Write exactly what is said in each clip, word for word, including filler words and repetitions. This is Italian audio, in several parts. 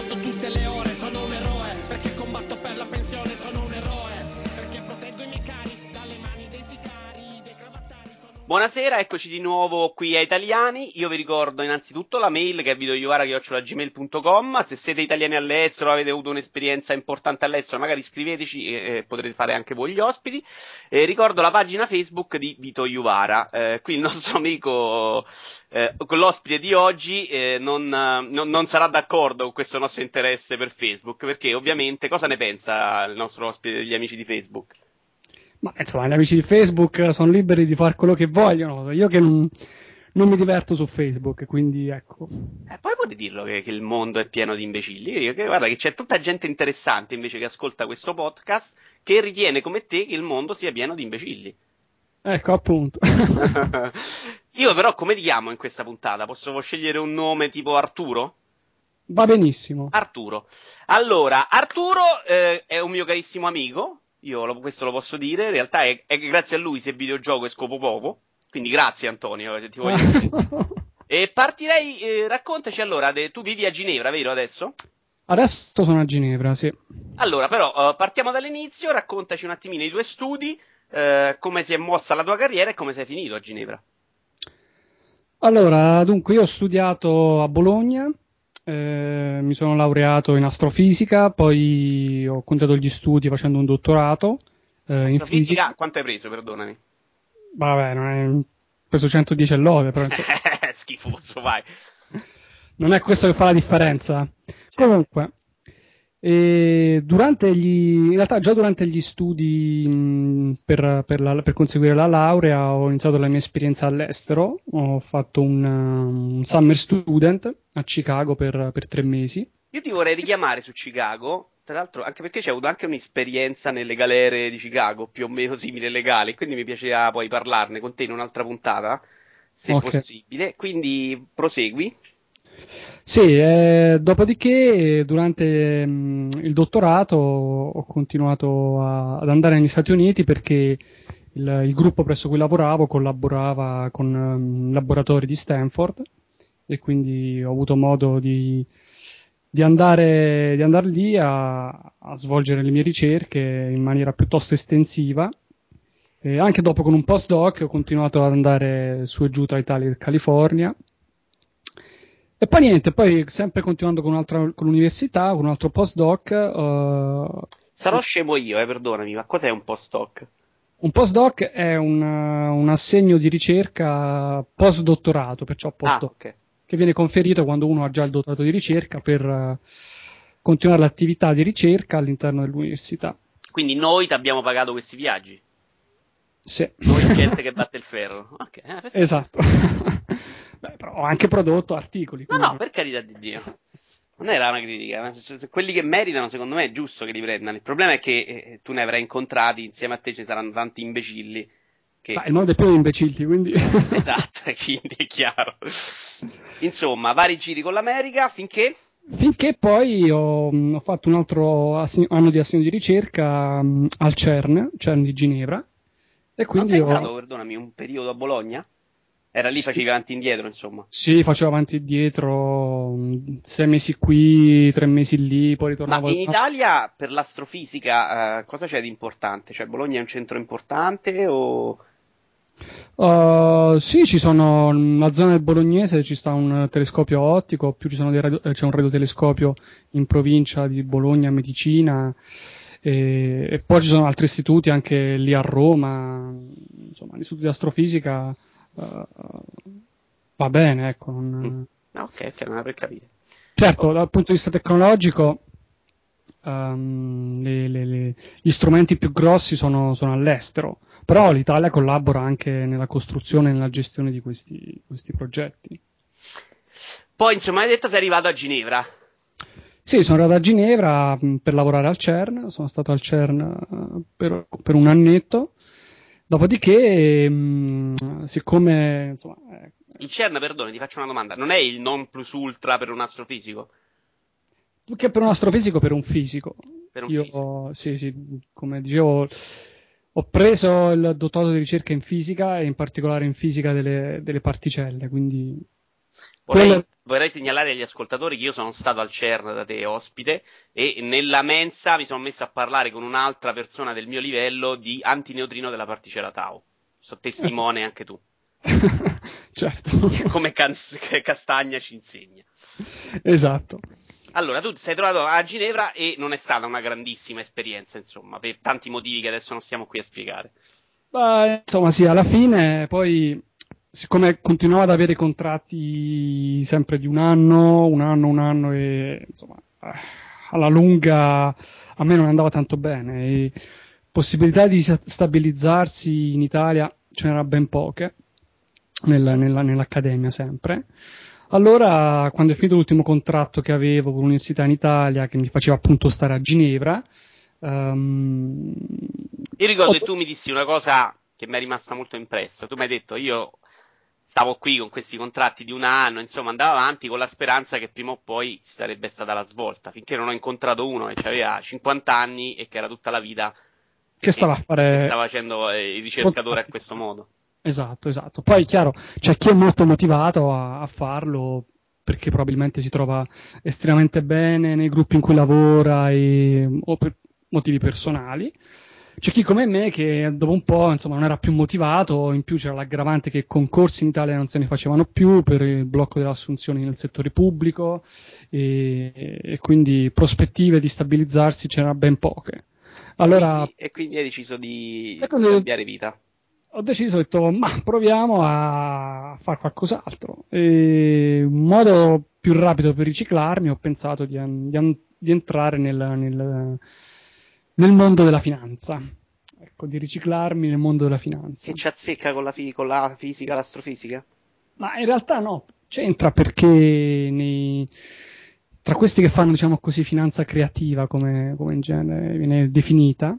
combatto tutte le ore, sono un eroe, perché combatto per la pensione, sono un eroe, perché proteggo i miei cari dalle mani dei sicari, dei cravattari, sono un... Buonasera, eccoci di nuovo qui a Italiani. Io vi ricordo innanzitutto la mail che è vitoiuvara chiocciola gmail punto com. Se siete italiani all'estero, avete avuto un'esperienza importante all'estero, magari scriveteci e, e potrete fare anche voi gli ospiti. E ricordo la pagina Facebook di Vito Iuvara. Eh, qui il nostro amico, eh, con l'ospite di oggi, eh, non, non, non sarà d'accordo con questo nostro interesse per Facebook, perché ovviamente cosa ne pensa il nostro ospite degli amici di Facebook? Ma insomma, gli amici di Facebook sono liberi di fare quello che vogliono. Io che non, non mi diverto su Facebook, quindi ecco. Eh, poi puoi dirlo che, che il mondo è pieno di imbecilli. Io, che, guarda che c'è tutta gente interessante invece che ascolta questo podcast che ritiene come te che il mondo sia pieno di imbecilli. Ecco, appunto. Io però come ti chiamo in questa puntata? Posso scegliere un nome tipo Arturo? Va benissimo. Arturo. Allora, Arturo eh, è un mio carissimo amico. Io lo, questo lo posso dire. In realtà è, è grazie a lui se videogioco e scopo poco. Quindi grazie Antonio, ti voglio dire. E partirei, eh, raccontaci allora, de, tu vivi a Ginevra, vero adesso? Adesso sono a Ginevra, sì. Allora, però, uh, partiamo dall'inizio, raccontaci un attimino i tuoi studi, uh, come si è mossa la tua carriera e come sei finito a Ginevra. Allora, dunque, io ho studiato a Bologna, eh, mi sono laureato in astrofisica, poi ho continuato gli studi facendo un dottorato eh, in Astrofisica, fisica. quanto hai preso, perdonami? Vabbè, non è... ho preso centodieci e lode, però... Schifoso, vai. Non è questo che fa la differenza. Certo. Comunque, e durante gli, in realtà già durante gli studi mh, per, per, la, per conseguire la laurea ho iniziato la mia esperienza all'estero, ho fatto un, um, un summer student a Chicago per, per tre mesi. Io ti vorrei richiamare su Chicago, tra l'altro anche perché c'è avuto anche un'esperienza nelle galere di Chicago, più o meno simile legale, quindi mi piaceva poi parlarne con te in un'altra puntata, se Okay. possibile. Quindi prosegui. Sì, eh, dopodiché durante mh, il dottorato ho continuato a- ad andare negli Stati Uniti perché il, il gruppo presso cui lavoravo collaborava con um, laboratori di Stanford e quindi ho avuto modo di, di andare, di andare lì a, a svolgere le mie ricerche in maniera piuttosto estensiva. E anche dopo con un postdoc ho continuato ad andare su e giù tra Italia e California. E poi niente, poi sempre continuando con, un'altra, con l'università, con un altro postdoc. Sarò Uh, scemo io, eh, perdonami, ma cos'è un postdoc? un postdoc è un, un assegno di ricerca postdottorato, perciò Ah, postdoc, ok. che viene conferito quando uno ha già il dottorato di ricerca per uh, continuare l'attività di ricerca all'interno dell'università. Quindi noi ti abbiamo pagato questi viaggi. Sì. Noi gente che batte il ferro. Ok, eh, perfetto. Esatto. Beh, però ho anche prodotto articoli, No, quindi... no, per carità di Dio. Non era una critica, ma se- se quelli che meritano, secondo me, è giusto che li prendano. Il problema è che eh, tu ne avrai incontrati, insieme a te ci saranno tanti imbecilli che, Beh, il mondo è insomma, pieno di imbecilli, quindi... esatto, quindi è chiaro. Insomma, vari giri con l'America finché... Finché poi ho, ho fatto un altro assegno- anno di assegno di ricerca mh, al CERN, CERN di Ginevra, e Non quindi sei ho... stato, perdonami, un periodo a Bologna? Era lì, Sì, facevi avanti e indietro, insomma. sì, facevo avanti e dietro, mh, sei mesi qui, tre mesi lì, poi Ma ritornavo... in Italia, per l'astrofisica, eh, cosa c'è di importante? Cioè, Bologna è un centro importante o... Uh, sì, ci sono, nella zona del Bolognese ci sta un telescopio ottico, più ci sono dei radio- eh, c'è un radiotelescopio in provincia di Bologna, Medicina, e, e poi ci sono altri istituti anche lì a Roma, insomma, l'istituto di astrofisica uh, va bene, ecco. Mm. Non... Ah, ok, ok, non era per capire. Certo, Oh, dal punto di vista tecnologico, um, le, le, le, gli strumenti più grossi sono, sono all'estero, però l'Italia collabora anche nella costruzione e nella gestione di questi, questi progetti. poi, insomma, hai detto sei arrivato a Ginevra. Sì, sono andato a Ginevra mh, per lavorare al CERN, sono stato al CERN uh, per, per un annetto, dopodiché, mh, siccome insomma, eh, Il CERN, perdone, ti faccio una domanda. Non è il non plus ultra per un astrofisico? più che per un astrofisico, per un fisico. Per un fisico. Io, sì, sì, come dicevo, ho preso il dottorato di ricerca in fisica e in particolare in fisica delle, delle particelle, quindi... Vorrei, Quello- vorrei segnalare agli ascoltatori che io sono stato al CERN da te ospite e nella mensa mi sono messo a parlare con un'altra persona del mio livello di antineutrino della particella tau. So testimone anche tu. Certo. Come Can- Castagna ci insegna. Esatto. Allora, tu ti sei trovato a Ginevra e non è stata una grandissima esperienza, insomma, per tanti motivi che adesso non stiamo qui a spiegare. Beh, insomma, sì, alla fine poi, siccome continuavo ad avere contratti sempre di un anno, un anno, un anno, e insomma, eh, alla lunga a me non andava tanto bene. E possibilità di sa- stabilizzarsi in Italia ce n'era ben poche, nella- nella- nell'accademia sempre. Allora, quando è finito l'ultimo contratto che avevo con l'università in Italia, che mi faceva appunto stare a Ginevra, ehm, Io ricordo ho- che tu mi dissi una cosa che mi è rimasta molto impressa. Tu mi hai detto, io stavo qui con questi contratti di un anno, insomma, andavo avanti con la speranza che prima o poi ci sarebbe stata la svolta, finché non ho incontrato uno che aveva cinquanta anni e che era tutta la vita che che, stava a che fare stava facendo eh, il ricercatore a contratti. questo modo. Esatto, esatto. Poi, chiaro, c'è chi è molto motivato a, a farlo perché probabilmente si trova estremamente bene nei gruppi in cui lavora e, o per motivi personali. C'è chi come me che dopo un po', insomma, non era più motivato, in più c'era l'aggravante che concorsi in Italia non se ne facevano più per il blocco delle assunzioni nel settore pubblico e, e quindi prospettive di stabilizzarsi c'erano ben poche. E Allora, quindi, e quindi hai deciso di, e di quindi cambiare vita. ho deciso, ho detto, ma proviamo a fare qualcos'altro. E un modo più rapido per riciclarmi, ho pensato di, an- di an- di entrare nel, nel- nel mondo della finanza. Ecco, di riciclarmi nel mondo della Che finanza. ci azzecca con la, fi- con la fisica, l'astrofisica? Ma in realtà no, c'entra perché nei- tra questi che fanno, diciamo così, finanza creativa, come, come in genere viene definita,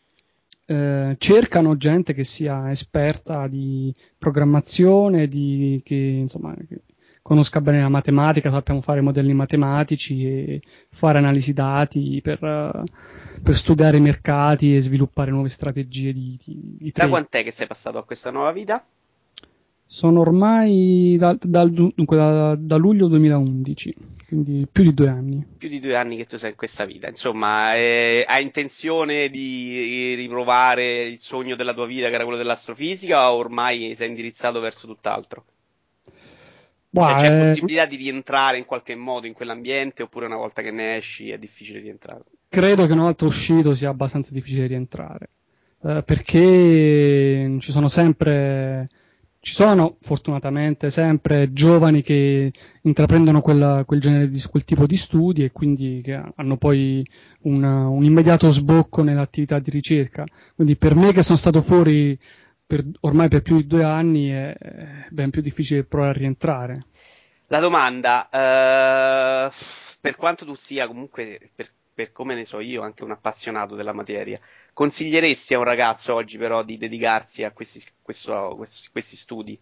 eh, cercano gente che sia esperta di programmazione, di, che, insomma, che conosca bene la matematica, sappiamo fare modelli matematici e fare analisi dati per, eh, per studiare i mercati e sviluppare nuove strategie di, di, di Da trading. quant'è che sei passato a questa nuova vita? Sono ormai dal, dal- dunque, da, da luglio duemilaundici, quindi più di due anni. Più di due anni che tu sei in questa vita. Insomma, eh, hai intenzione di riprovare il sogno della tua vita, che era quello dell'astrofisica, o ormai sei indirizzato verso tutt'altro? Cioè, Bah, c'è eh, possibilità di rientrare in qualche modo in quell'ambiente, oppure una volta che ne esci è difficile rientrare? credo che una volta uscito sia abbastanza difficile rientrare, eh, perché ci sono sempre, ci sono fortunatamente sempre giovani che intraprendono quella- quel genere di, quel tipo di studi e quindi che hanno poi una- un immediato sbocco nell'attività di ricerca. Quindi per me che sono stato fuori per- ormai per più di due anni è è ben più difficile provare a rientrare. La domanda, eh, per quanto tu sia comunque, per, per come ne so io, anche un appassionato della materia, consiglieresti a un ragazzo oggi però di dedicarsi a questi, questo- questi, questi studi?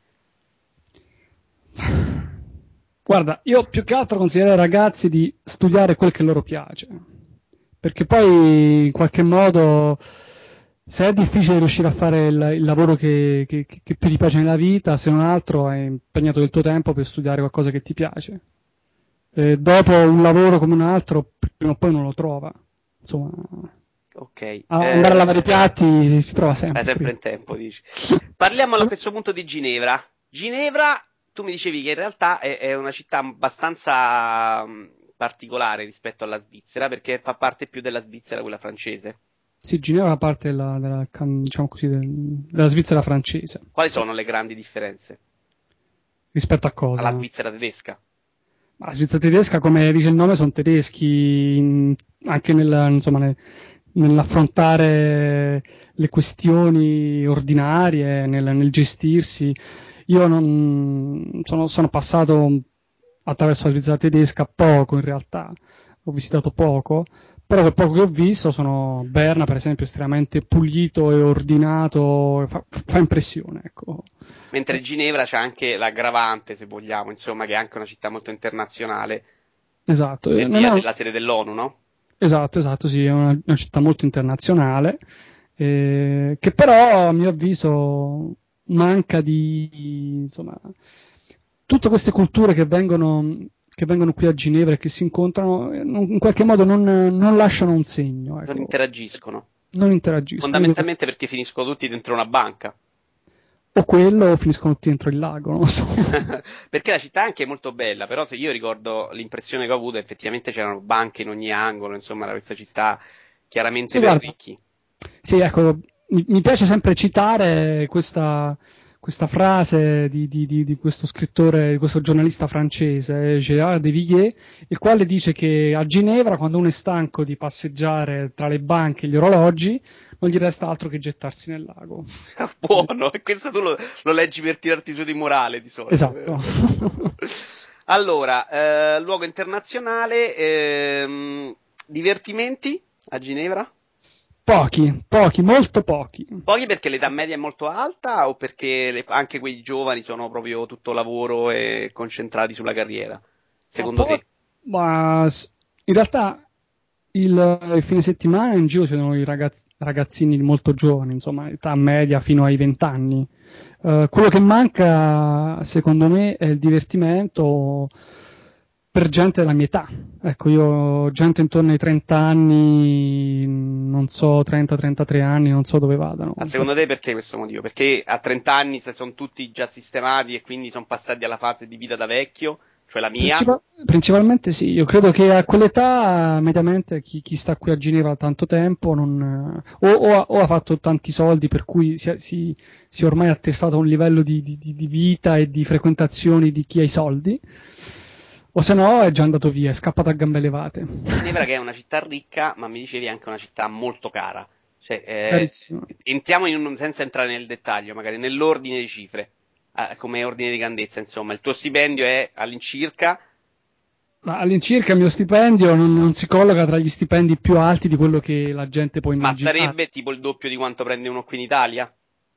Guarda, io più che altro consiglierei ai ragazzi di studiare quel che loro piace, perché poi in qualche modo se è difficile riuscire a fare il, il lavoro che, che- che più ti piace nella vita, se non altro hai impegnato del tuo tempo per studiare qualcosa che ti piace. E dopo un lavoro come un altro, prima o poi non lo trova. Insomma, Ok, a- andare a eh, lavare i piatti si, si trova hai sempre sempre prima. in tempo, dici. Parliamo a questo punto di Ginevra. Ginevra, tu mi dicevi che in realtà è, è una città abbastanza mh, particolare rispetto alla Svizzera, perché fa parte più della Svizzera quella francese. Sì, Ginevra fa parte della, della, can- diciamo così, del- della Svizzera francese. Quali Sì. sono le grandi differenze? Rispetto a Alla cosa? Svizzera tedesca? Ma la Svizzera tedesca, come dice il nome, sono tedeschi in- anche nel, insomma, ne- nell'affrontare le questioni ordinarie, nel, nel gestirsi. Io non, sono, sono passato attraverso la Svizzera tedesca poco in realtà, ho visitato poco, però quel poco che ho visto sono Berna, per esempio, estremamente pulito e ordinato, fa, fa impressione, ecco. Mentre Ginevra c'è anche l'aggravante, se vogliamo, insomma, che è anche una città molto internazionale, Esatto, è eh, non via è, della sede dell'ONU, no? esatto, esatto, sì, è una, una città molto internazionale, eh, che però a mio avviso manca di, insomma, tutte queste culture che vengono, che vengono qui a Ginevra e che si incontrano, in qualche modo non, non lasciano un segno. Ecco. Non interagiscono. Non interagiscono. Fondamentalmente perché finiscono tutti dentro una banca. O quello o finiscono tutti dentro il lago, non lo so. Perché la città è anche molto bella, però se io ricordo l'impressione che ho avuto, effettivamente c'erano banche in ogni angolo, insomma, era questa città chiaramente Sì, per guarda, ricchi. sì, ecco, mi, mi piace sempre citare questa, questa frase di, di, di, di questo scrittore, di questo giornalista francese, Gérard de Villiers, il quale dice che a Ginevra, quando uno è stanco di passeggiare tra le banche e gli orologi, non gli resta altro che gettarsi nel lago. Buono, e questo tu lo, lo leggi per tirarti su di morale di solito. Esatto. Allora, eh, luogo internazionale, ehm, divertimenti a Ginevra? Pochi, pochi, molto pochi. Pochi perché l'età media è molto alta o perché le- anche quei giovani sono proprio tutto lavoro e concentrati sulla carriera? Ma, Secondo po- te? ma s- in realtà il, il fine settimana in giro ci sono i ragazz- ragazzini molto giovani, insomma, età media fino ai venti anni. Eh, quello che manca, secondo me, è il divertimento per gente della mia età. Ecco, io ho gente intorno ai trenta anni, non so, trenta trentatré anni, non so dove vadano. Ma secondo te perché questo motivo? Perché a trenta anni se sono tutti già sistemati e quindi sono passati alla fase di vita da vecchio, cioè la mia? Principal- principalmente sì, io credo che a quell'età mediamente chi, chi sta qui a Ginevra da tanto tempo non, o, o ha, o ha fatto tanti soldi per cui si, si, si è ormai attestato a un livello di, di, di- di vita e di frequentazioni di chi ha i soldi, o se no è già andato via, è scappato a gambe levate. Ginevra che è una città ricca, ma mi dicevi anche una città molto cara. Cioè, eh, Carissimo. entriamo in un, senza entrare nel dettaglio, magari nell'ordine di cifre, eh, come ordine di grandezza, insomma. Il tuo stipendio è all'incirca, Ma all'incirca il mio stipendio non, non si colloca tra gli stipendi più alti di quello che la gente può ma immaginare. sarebbe tipo il doppio di quanto prende uno qui in Italia?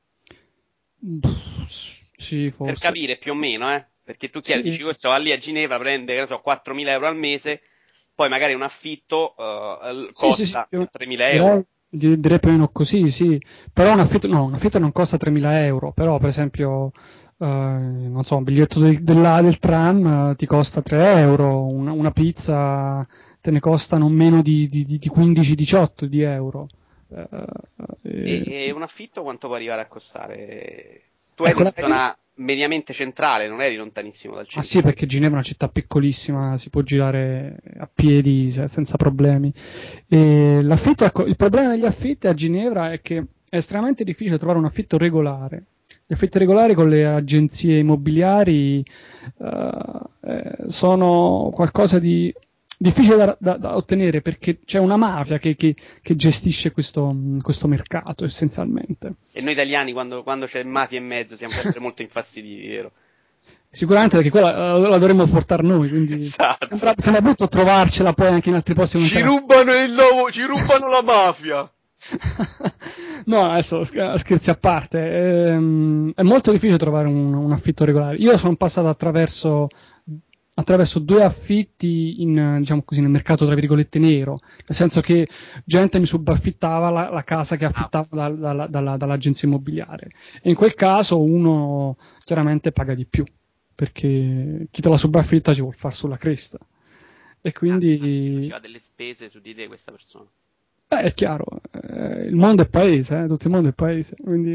Pff, sì, Per forse. capire più o meno, eh? Perché tu chiaro, Sì, dici questo va lì a Ginevra, prende, che ne so, quattromila euro al mese, poi magari un affitto eh, sì, sì, sì, costa più- tremila euro. direi, di- direi più o meno così, sì. Però un affitto, no, un affitto non costa tremila euro, però per esempio, eh, non so, un biglietto del, della- del tram eh, ti costa tre euro, una, una pizza te ne costa non meno di, di, di- di quindici diciotto di euro. Eh, E, eh, e un affitto quanto può arrivare a costare? Tu eri in ecco, una la- zona mediamente centrale, non eri lontanissimo dal ah sì, centro. perché Ginevra è una città piccolissima, si può girare a piedi se- senza problemi. E l'affitto, ecco, il problema degli affitti a Ginevra è che è estremamente difficile trovare un affitto regolare. Gli affitti regolari con le agenzie immobiliari eh, eh, sono qualcosa di difficile da, da- da ottenere perché c'è una mafia che, che- che gestisce questo, questo mercato essenzialmente. E noi italiani, quando, quando c'è mafia in mezzo, siamo sempre molto infastiditi, vero? Sicuramente perché quella eh, la dovremmo portare noi, quindi Esatto. sembra, sembra brutto trovarcela poi anche in altri posti come Ci te la... rubano il lavoro, ci rubano la mafia. No, adesso sch- scherzi a parte, ehm, è molto difficile trovare un, un affitto regolare. Io sono passato attraverso, attraverso due affitti in, eh, diciamo così, nel mercato tra virgolette nero, nel senso che gente mi subaffittava la, la casa che Ah, affittavo dal- dalla- dalla- dall'agenzia immobiliare e in quel caso uno chiaramente paga di più perché chi te la subaffitta ci vuol far sulla cresta e ah, ah, si quindi faceva delle spese su di te questa persona. beh, è chiaro, eh, il mondo è paese, eh, tutto il mondo è paese, quindi...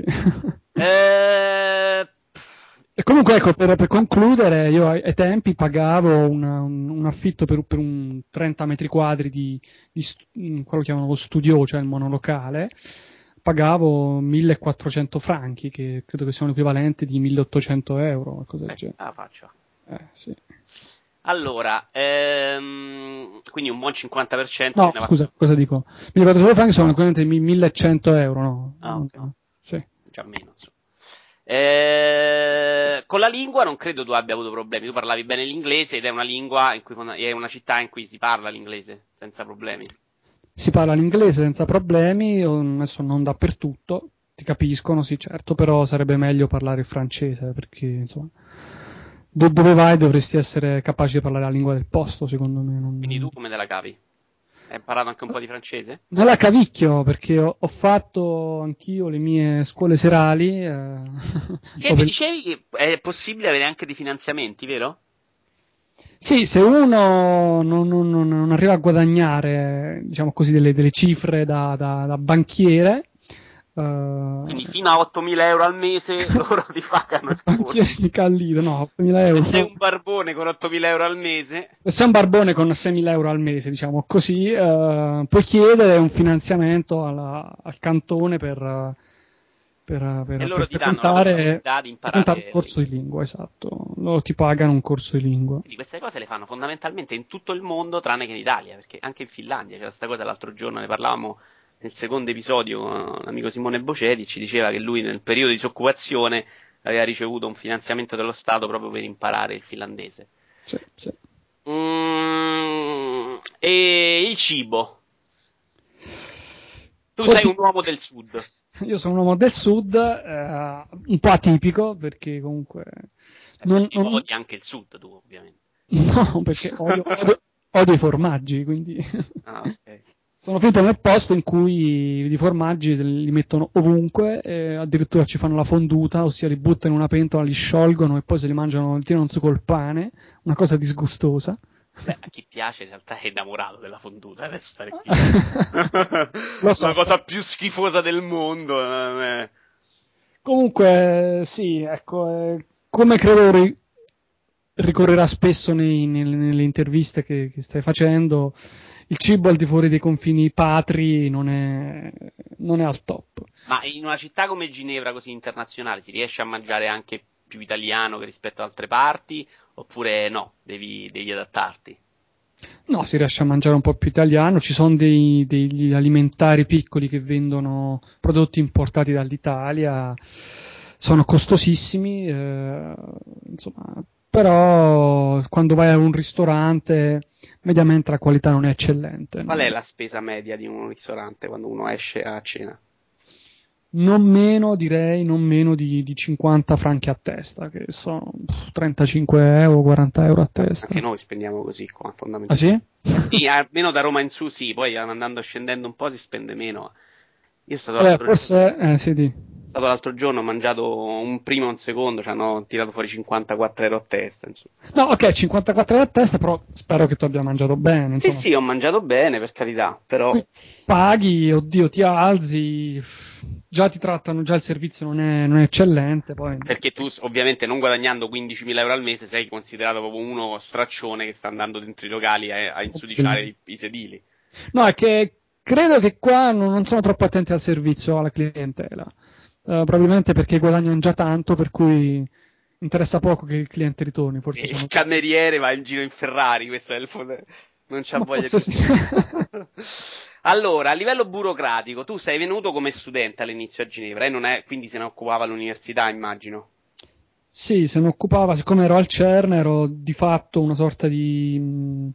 Eh, E comunque, ecco, per, per concludere, io ai, ai tempi pagavo una- un, un affitto per, per un trenta metri quadri di, di st- mm, quello che chiamano lo studio, cioè il monolocale, pagavo millequattrocento franchi, che credo che sia un equivalente di milleottocento euro, qualcosa del eh, genere. la faccia. Eh, sì. Allora, ehm, quindi un buon cinquanta per cento se No, ne va. scusa, cosa dico? millequattrocento franchi sono equivalenti di millecento euro, no? Ah, Non- ok. sì. Già meno, insomma. Eh, con la lingua non credo tu abbia avuto problemi. Tu parlavi bene l'inglese ed è una lingua in cui fonda- è una città in cui si parla l'inglese senza problemi. Si parla l'inglese senza problemi, o- adesso non dappertutto, ti capiscono, sì, certo, però sarebbe meglio parlare il francese, perché insomma, do- dove vai dovresti essere capace di parlare la lingua del posto, secondo me. Quindi tu Non... come te la cavi? Hai imparato anche un po' di francese? Me la cavicchio perché ho, ho fatto anch'io le mie scuole serali. Eh, Che mi dove- dicevi che è possibile avere anche dei finanziamenti, vero? Sì, se uno non, non- non- non arriva a guadagnare, diciamo così, delle, delle cifre da, da- da banchiere, eh, Quindi fino a ottomila euro al mese loro ti pagano il banchiere corso. di Callito, no, ottomila Se euro. sei No. un barbone con ottomila euro al mese, Se sei un barbone con seimila euro al mese, diciamo così, eh, puoi chiedere un finanziamento alla- al cantone per, eh, per, e per, loro per ti danno la frequentare, possibilità di frequentare un imparare le corso di lingue. lingua, esatto. Loro ti pagano un corso di lingua. Quindi queste cose le fanno fondamentalmente in tutto il mondo, tranne che in Italia, perché anche in Finlandia c'era questa cosa l'altro giorno, ne parlavamo nel secondo episodio con l'amico Simone Boceti, ci diceva che lui nel periodo di disoccupazione aveva ricevuto un finanziamento dello Stato proprio per imparare il finlandese. Sì, sì. Mm, e il cibo. Tu sei un Oddio, uomo del sud. io sono un uomo del sud, eh, un po' atipico perché comunque Eh, non, perché non- odi anche il sud, tu, ovviamente. no, perché odio, odio- odio i formaggi, quindi Ah, ok. sono finito nel posto in cui i formaggi li mettono ovunque, e addirittura ci fanno la fonduta, ossia li buttano in una pentola, li sciolgono e poi se li mangiano, li tirano su col pane, una cosa disgustosa. Beh, a chi piace in realtà è innamorato della fonduta, adesso stare qui. Lo La so. cosa più schifosa del mondo. eh. Comunque, sì, ecco, eh, come credo ri- ricorrerà spesso nei- nelle, nelle interviste che, che stai facendo, il cibo al di fuori dei confini patri non è, non è al top. Ma in una città come Ginevra, così internazionale, si riesce a mangiare anche più italiano che rispetto ad altre parti? Oppure no, devi, devi adattarti? No, si riesce a mangiare un po' più italiano, ci sono dei- degli alimentari piccoli che vendono prodotti importati dall'Italia, sono costosissimi, eh, insomma, però quando vai a un ristorante mediamente la qualità non è eccellente. Qual Non, è la spesa media di un ristorante quando uno esce a cena? non meno, direi, non meno di, di cinquanta franchi a testa, che sono pff, trentacinque euro, quaranta euro a Anche testa. noi spendiamo così qua, Ah fondamentalmente. sì? Sì, almeno da Roma in su sì, poi andando scendendo un po' si spende meno. Io sono stato Vabbè, l'altro giorno, forse, eh, sì, di. stato l'altro giorno, ho mangiato un primo e un secondo, ci hanno tirato fuori cinquantaquattro euro a testa, insomma. No, ok, cinquantaquattro euro a testa, però spero che tu abbia mangiato bene, Sì, insomma. sì, ho mangiato bene, per carità, però Qui paghi, oddio, ti alzi, già ti trattano, già il servizio non è, non è eccellente, poi. perché tu s- ovviamente non guadagnando quindicimila euro al mese sei considerato proprio uno straccione che sta andando dentro i locali a, a insudiciare i, i sedili. No, è che credo che qua non, non sono troppo attenti al servizio, alla clientela. Eh, probabilmente perché guadagnano già tanto, per cui interessa poco che il cliente ritorni, forse E il sono. cameriere va in giro in Ferrari, questo è il fo- non c'ha Ma voglia forse di. sì. Allora, a livello burocratico, tu sei venuto come studente all'inizio a Ginevra e non è, quindi se ne occupava l'università, immagino. Sì, se ne occupava, siccome ero al CERN, ero di fatto una sorta di, mh,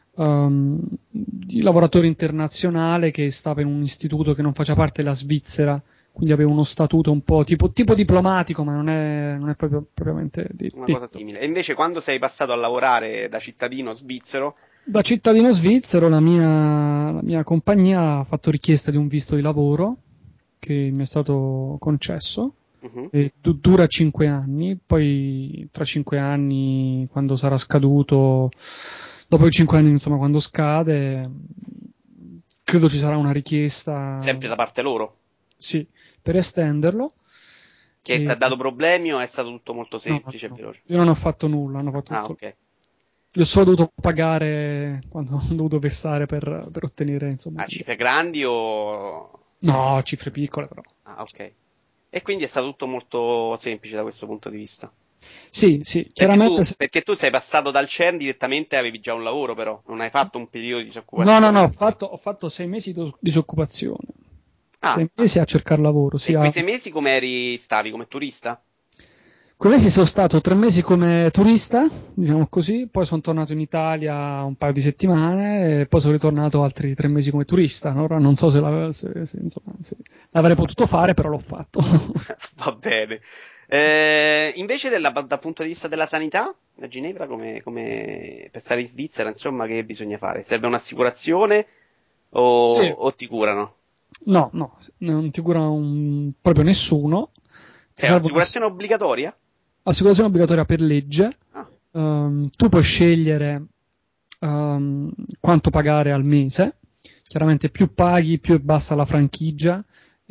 um, di lavoratore internazionale che stava in un istituto che non faceva parte della Svizzera, quindi aveva uno statuto un po' tipo, tipo diplomatico, ma non è, non è proprio propriamente de- Una cosa detto. simile. E invece quando sei passato a lavorare da cittadino svizzero, Da cittadino svizzero la mia, la mia compagnia ha fatto richiesta di un visto di lavoro che mi è stato concesso mhm, e du- dura cinque anni, poi tra cinque anni, quando sarà scaduto, dopo i cinque anni, insomma, quando scade, credo ci sarà una richiesta, sempre da parte loro, sì, per estenderlo. che ti ha E, dato problemi o è stato tutto molto no, semplice e no, veloce? io non ho fatto nulla, hanno fatto Ah, tutto. ok. Io ho solo dovuto pagare quando ho dovuto versare per, per ottenere, insomma. A cifre grandi o. No, cifre piccole però. Ah, ok. E quindi è stato tutto molto semplice da questo punto di vista. Sì, sì, Perché tu, chiaramente. se- perché tu sei passato dal CERN direttamente e avevi già un lavoro, però non hai fatto un periodo di No, no, no, disoccupazione. ho fatto, ho fatto sei mesi di disoccupazione. Ah, Sei mesi a cercare lavoro, e quei sia. sei mesi come eri, stavi? Come turista? Quei mesi sono stato tre mesi come turista, diciamo così, poi sono tornato in Italia un paio di settimane e poi sono ritornato altri tre mesi come turista. Ora non so se, la- se- se, insomma, se l'avrei potuto fare, però l'ho fatto. Va bene. Eh, invece della- dal punto di vista della sanità, a Ginevra, come, come per stare in Svizzera, insomma, che bisogna fare? Serve un'assicurazione O, Sì. o ti curano? No, no, non ti cura un, proprio nessuno. Ti È un'assicurazione obbligatoria? Assicurazione obbligatoria per legge. Ah. Um, tu puoi scegliere um, quanto pagare al mese. Chiaramente più paghi, più è bassa la franchigia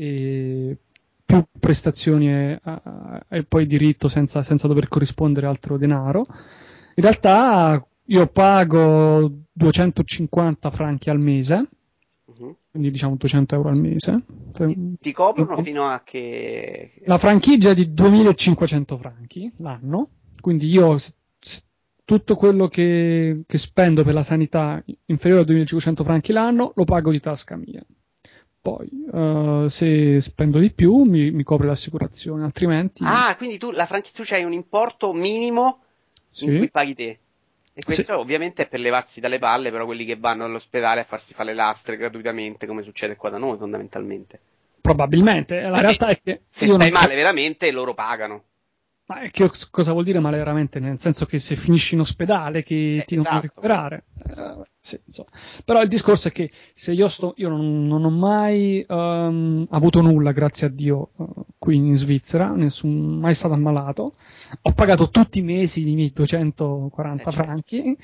e più prestazioni e, e poi diritto senza, senza dover corrispondere altro denaro. In realtà io pago duecentocinquanta franchi al mese, Uh-huh. quindi diciamo duecento euro al mese. Ti, ti coprono fino a che... La franchigia è di duemilacinquecento franchi l'anno, quindi io s- s- tutto quello che, che spendo per la sanità inferiore a duemilacinquecento franchi l'anno lo pago di tasca mia. Poi, uh, se spendo di più, mi, mi copre l'assicurazione, altrimenti... Ah, quindi tu, la franchi- tu c'hai un importo minimo in Sì, cui paghi te. E sì, questo ovviamente è per levarsi dalle palle, però quelli che vanno all'ospedale a farsi fare le lastre gratuitamente, come succede qua da noi, fondamentalmente. probabilmente. La Perché realtà è che se io stai non... male veramente, loro pagano. Ma è che cosa vuol dire male veramente? Nel senso che se finisci in ospedale che Eh, ti devono esatto. recuperare. Esatto. Eh, sì, insomma. Però il discorso è che se io sto, io non, non ho mai um, avuto nulla, grazie a Dio, uh, qui in Svizzera, nessun, mai stato ammalato. Ho pagato tutti i mesi i miei duecentoquaranta Eh, certo. franchi.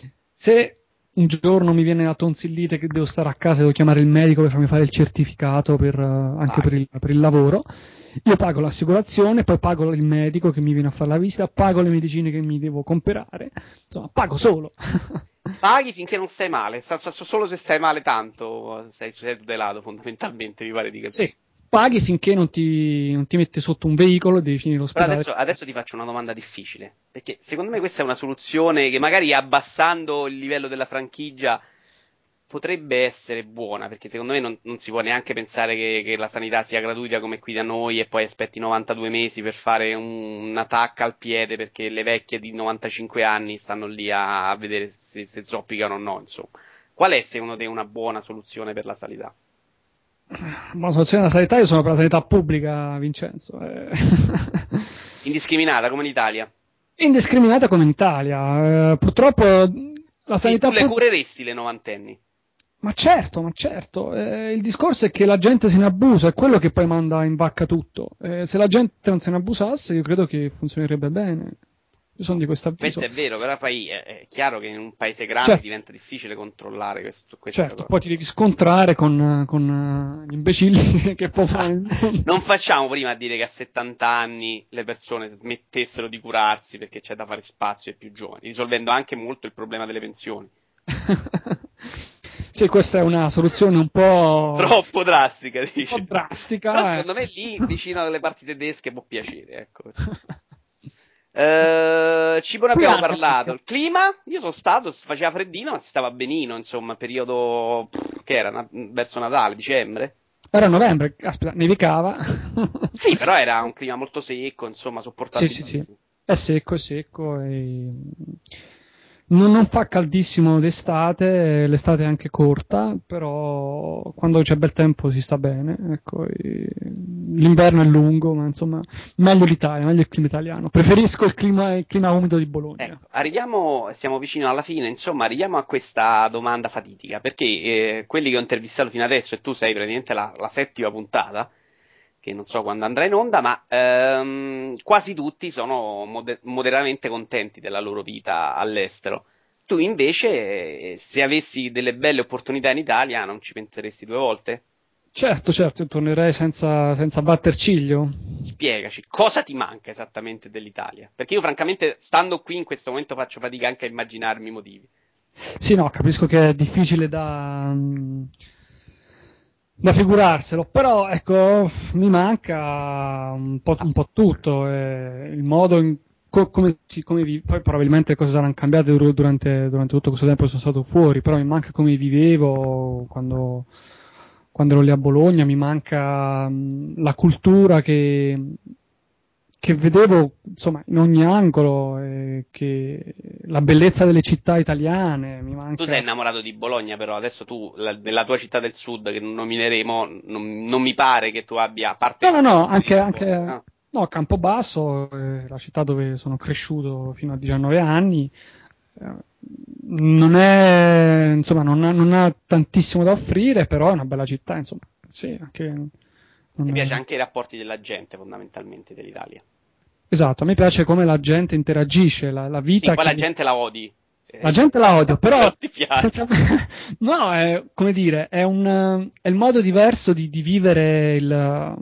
Se un giorno mi viene la tonsillite che devo stare a casa, devo chiamare il medico per farmi fare il certificato per, uh, anche per il, per il lavoro. Io pago l'assicurazione, poi pago il medico che mi viene a fare la visita, pago le medicine che mi devo comprare, insomma, pago solo. Paghi finché non stai male, sa- sa- solo se stai male tanto sei, sei tutelato fondamentalmente, mi pare di capire. Sì, paghi finché non ti, non ti mette sotto un veicolo e devi finire Però l'ospedale. adesso, adesso ti faccio una domanda difficile, perché secondo me questa è una soluzione che magari abbassando il livello della franchigia potrebbe essere buona, perché secondo me non, non si può neanche pensare che, che la sanità sia gratuita come qui da noi e poi aspetti novantadue mesi per fare un- una tacca al piede perché le vecchie di novantacinque anni stanno lì a, a vedere se, se zoppicano o no, insomma. Qual è secondo te una buona soluzione per la sanità? Ma la soluzione della sanità, io sono per la sanità pubblica, Vincenzo. eh. Indiscriminata come in Italia? Indiscriminata come in Italia. Eh, purtroppo la Quindi tu sanità le pubblica... cureresti le novantenni? Ma certo, ma certo. Eh, il discorso è che la gente se ne abusa, è quello che poi manda in vacca tutto. Eh, se la gente non se ne abusasse, io credo che funzionerebbe bene. Io sono di questo Questo avviso. è vero, però poi è, è chiaro che in un paese grande Certo, diventa difficile controllare questo, questa certo, cosa. poi ti devi scontrare con, con eh, gli imbecilli che popolano il Esatto. mondo. Non facciamo prima a dire che a settanta anni le persone smettessero di curarsi perché c'è da fare spazio ai più giovani, risolvendo anche molto il problema delle pensioni. Sì, questa è una soluzione un po', Troppo drastica, un po' dice. Però drastica. secondo me lì, vicino alle parti tedesche, può piacere, ecco. Eh, cibo ne Qui abbiamo anche. parlato. Il clima? Io sono stato, faceva freddino, ma si stava benino, insomma, periodo, pff, che era, Na- verso Natale, dicembre. Era novembre, aspetta, nevicava. Sì, però era Sì, un clima molto secco, insomma, sì, sì, sì. sopportabilissimo. È secco, è secco e non, non fa caldissimo d'estate, l'estate è anche corta, però quando c'è bel tempo si sta bene, ecco, e l'inverno è lungo, ma insomma, meglio l'Italia, meglio il clima italiano. Preferisco il clima, il clima umido di Bologna. Ecco, arriviamo, siamo vicino alla fine, insomma, arriviamo a questa domanda fatidica, perché eh, quelli che ho intervistato fino adesso, e tu sei praticamente la, la settima puntata, che non so quando andrà in onda, ma ehm, quasi tutti sono moder- moderatamente contenti della loro vita all'estero. Tu invece, eh, se avessi delle belle opportunità in Italia, non ci penseresti due volte? Certo, certo, io tornerei senza, senza batter ciglio. Spiegaci, cosa ti manca esattamente dell'Italia? Perché io francamente, stando qui in questo momento, faccio fatica anche a immaginarmi i motivi. Sì, no, capisco che è difficile da, da figurarselo, però ecco, mi manca un po', un po' tutto, eh, il modo in co- come, si, come vi- poi probabilmente le cose saranno cambiate dur- durante, durante tutto questo tempo che sono stato fuori, però mi manca come vivevo quando, quando ero lì a Bologna, mi manca mh, la cultura che, che vedevo insomma in ogni angolo, eh, che la bellezza delle città italiane mi Tu sei manca. innamorato di Bologna, però adesso tu, la- nella tua città del sud, che non nomineremo, non, non mi pare che tu abbia, a No, parte no, il no, fatto che anche, vivi a Bologna, anche no? no, Campobasso, eh, la città dove sono cresciuto fino a diciannove anni, eh, non è, insomma, non ha, non ha tantissimo da offrire, però è una bella città, insomma. Sì, anche, Ti non piace è- anche i rapporti della gente, fondamentalmente, dell'Italia. Esatto, a me piace come la gente interagisce, la, la Sì, vita poi la che... gente la odi. La Eh, gente la odio, però non ti piace. senza... no, è come dire, è un, è il modo diverso di, di vivere il...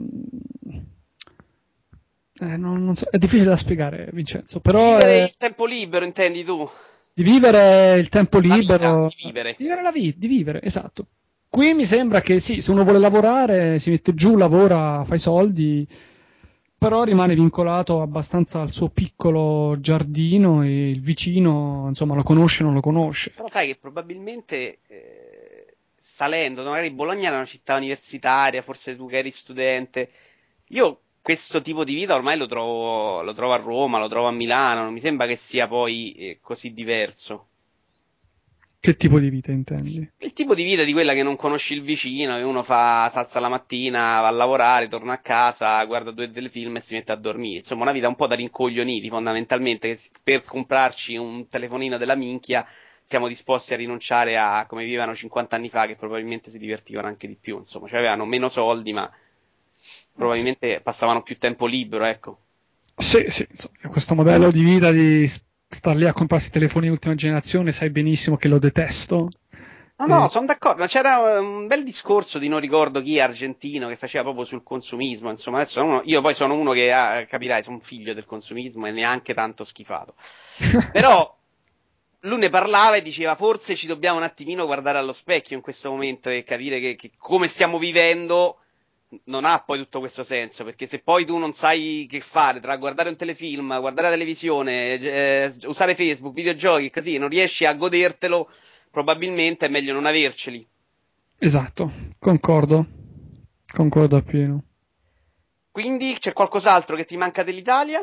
eh, non, non so, è difficile da spiegare, Vincenzo, Di però vivere è il tempo libero, intendi tu? di vivere il tempo La vita, libero, di vivere. vivere la vita, di vivere, esatto. Qui mi sembra che sì, se uno vuole lavorare, si mette giù, lavora, fa i soldi, però rimane vincolato abbastanza al suo piccolo giardino e il vicino, insomma, lo conosce o non lo conosce. Però sai che probabilmente eh, salendo, magari Bologna era una città universitaria, forse tu che eri studente, io questo tipo di vita ormai lo trovo, lo trovo a Roma, lo trovo a Milano, non mi sembra che sia poi eh, così diverso. Che tipo di vita intendi? Il tipo di vita di quella che non conosci il vicino, che uno fa, si alza la mattina, va a lavorare, torna a casa, guarda due telefilm e si mette a dormire. Insomma, una vita un po' da rincoglioniti, fondamentalmente, che per comprarci un telefonino della minchia siamo disposti a rinunciare a come vivevano cinquanta anni fa, che probabilmente si divertivano anche di più, insomma, cioè avevano meno soldi, ma Ah, sì. probabilmente passavano più tempo libero, ecco. Sì, sì, insomma, questo modello di vita di s- star lì a comprarsi telefoni di ultima generazione, sai benissimo che lo detesto. No, no, E- sono d'accordo, ma c'era un bel discorso di non ricordo chi, argentino, che faceva proprio sul consumismo, insomma, adesso uno- io poi sono uno che, ah, capirai, sono figlio del consumismo e neanche tanto schifato. Però lui ne parlava e diceva forse ci dobbiamo un attimino guardare allo specchio in questo momento e capire che, che come stiamo vivendo non ha poi tutto questo senso, perché se poi tu non sai che fare tra guardare un telefilm, guardare la televisione, eh, usare Facebook, videogiochi e così, non riesci a godertelo, probabilmente è meglio non averceli. Esatto, concordo, concordo appieno. Quindi c'è qualcos'altro che ti manca dell'Italia?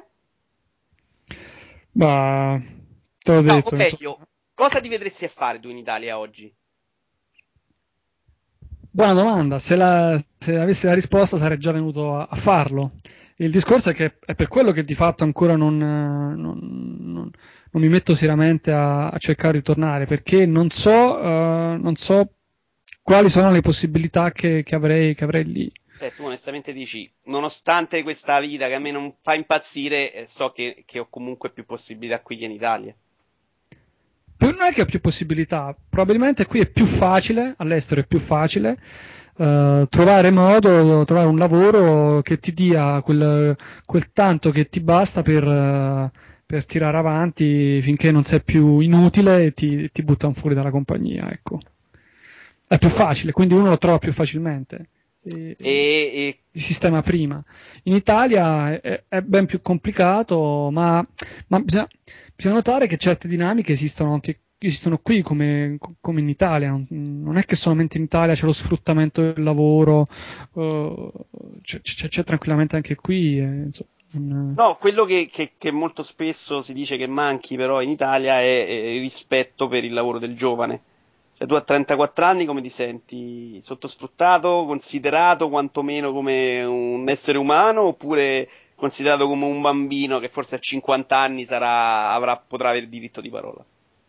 Ma te l'ho No, o detto, insomma. meglio, cosa ti vedresti a fare tu in Italia oggi? Buona domanda, se, la, se avessi la risposta sarei già venuto a, a farlo. Il discorso è che è per quello che di fatto ancora non, eh, non- non- non mi metto seriamente a, a cercare di tornare, perché non so, eh, non so quali sono le possibilità che, che avrei, che avrei lì. Cioè, tu onestamente dici, nonostante questa vita che a me non fa impazzire, eh, so che, che ho comunque più possibilità qui che in Italia. Più- non è che ho più possibilità, probabilmente qui è più facile, all'estero è più facile eh, trovare modo, trovare un lavoro che ti dia quel, quel tanto che ti basta per, eh, per tirare avanti finché non sei più inutile e ti, ti buttano fuori dalla compagnia, ecco. È più facile, quindi uno lo trova più facilmente. E, E, e e si sistema prima. In Italia è, è ben più complicato, ma, ma bisogna, bisogna notare che certe dinamiche esistono anche esistono qui come, come in Italia, non, non è che solamente in Italia c'è lo sfruttamento del lavoro, uh, c'è, c'è, c'è tranquillamente anche qui. eh, insomma, non- no, quello che, che- che molto spesso si dice che manchi però in Italia è, è il rispetto per il lavoro del giovane. Cioè, tu a trentaquattro anni come ti senti? Sottosfruttato, considerato quantomeno come un essere umano oppure considerato come un bambino che forse a cinquanta anni sarà, avrà, potrà avere diritto di parola?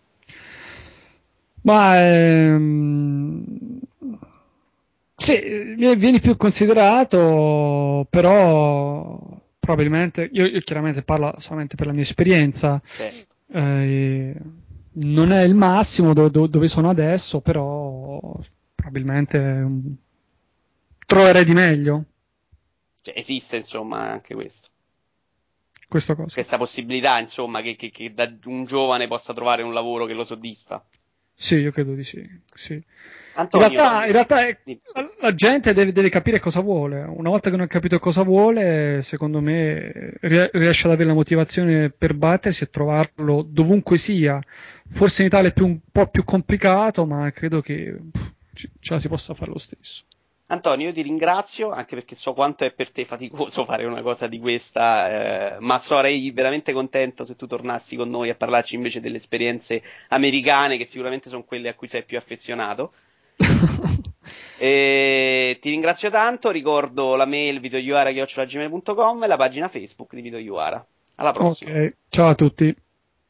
Ma ehm, sì, vieni vieni più considerato, però probabilmente, io, io chiaramente parlo solamente per la mia esperienza, Certo. eh, non è il massimo do- do- dove sono adesso, però probabilmente mm, troverei di meglio Cioè, esiste insomma anche questo. questa cosa. Questa possibilità, insomma, che, che- che da un giovane possa trovare un lavoro che lo soddisfa. Sì, io credo di sì, sì. In Antonio, realtà, in realtà è- di- la gente deve, deve capire cosa vuole. Una volta che non ha capito cosa vuole, secondo me rie- riesce ad avere la motivazione per battersi e trovarlo dovunque sia. Forse in Italia è più- un po' più complicato, ma credo che pff, ce ce la si possa fare lo stesso. Antonio, io ti ringrazio anche perché so quanto è per te faticoso fare una cosa di questa, eh, ma sarei veramente contento se tu tornassi con noi a parlarci invece delle esperienze americane, che sicuramente sono quelle a cui sei più affezionato. E ti ringrazio tanto, ricordo la mail videoiuara chiocciola gmail punto com e la pagina Facebook di Video Iuara. Alla prossima. Ok, ciao a tutti.